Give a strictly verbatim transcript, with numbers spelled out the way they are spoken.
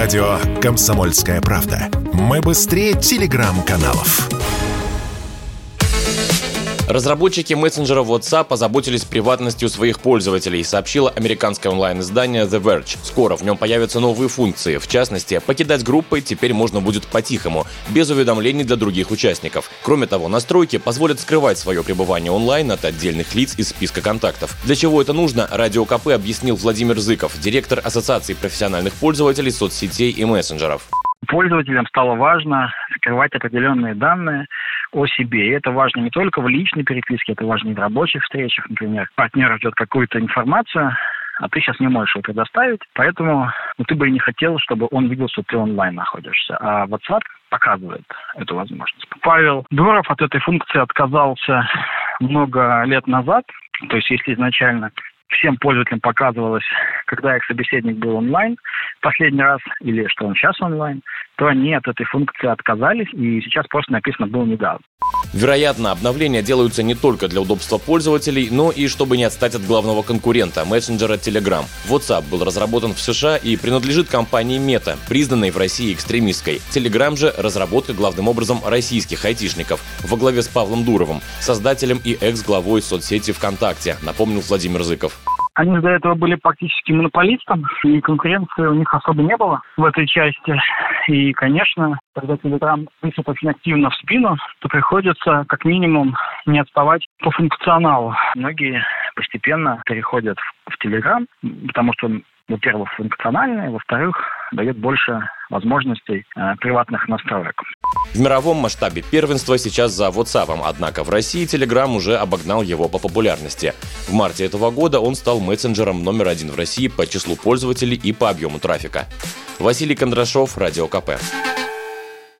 Радио «Комсомольская правда». Мы быстрее телеграм-каналов. Разработчики мессенджера WhatsApp озаботились приватностью своих пользователей, сообщило американское онлайн-издание The Verge. Скоро в нем появятся новые функции. В частности, покидать группы теперь можно будет по-тихому, без уведомлений для других участников. Кроме того, настройки позволят скрывать свое пребывание онлайн от отдельных лиц из списка контактов. Для чего это нужно, Радио КП объяснил Владимир Зыков, директор Ассоциации профессиональных пользователей соцсетей и мессенджеров. Пользователям стало важно скрывать определенные данные о себе. И это важно не только в личной переписке, это важно и в рабочих встречах. Например, партнер ждет какую-то информацию, а ты сейчас не можешь ее предоставить, поэтому ну, ты бы и не хотел, чтобы он видел, что ты онлайн находишься. А WhatsApp показывает эту возможность. Павел Дуров от этой функции отказался много лет назад. То есть если изначально всем пользователям показывалось, когда их собеседник был онлайн последний раз, или что он сейчас онлайн, то они от этой функции отказались, и сейчас просто написано «был недавно». Вероятно, обновления делаются не только для удобства пользователей, но и чтобы не отстать от главного конкурента – мессенджера Telegram. WhatsApp был разработан в США и принадлежит компании Meta, признанной в России экстремистской. Telegram же – разработка главным образом российских айтишников, во главе с Павлом Дуровым, создателем и экс-главой соцсети ВКонтакте, напомнил Владимир Зыков. Они до этого были практически монополистом, и конкуренции у них особо не было в этой части. И, конечно, когда Telegram высыпает очень активно в спину, то приходится как минимум не отставать по функционалу. Многие постепенно переходят в Telegram, потому что он, во-первых, функциональный, во-вторых, дает больше возможностей э, приватных настроек. В мировом масштабе первенство сейчас за WhatsApp, однако в России Telegram уже обогнал его по популярности. В марте этого года он стал мессенджером номер один в России по числу пользователей и по объему трафика. Василий Кондрашов, Радио КП.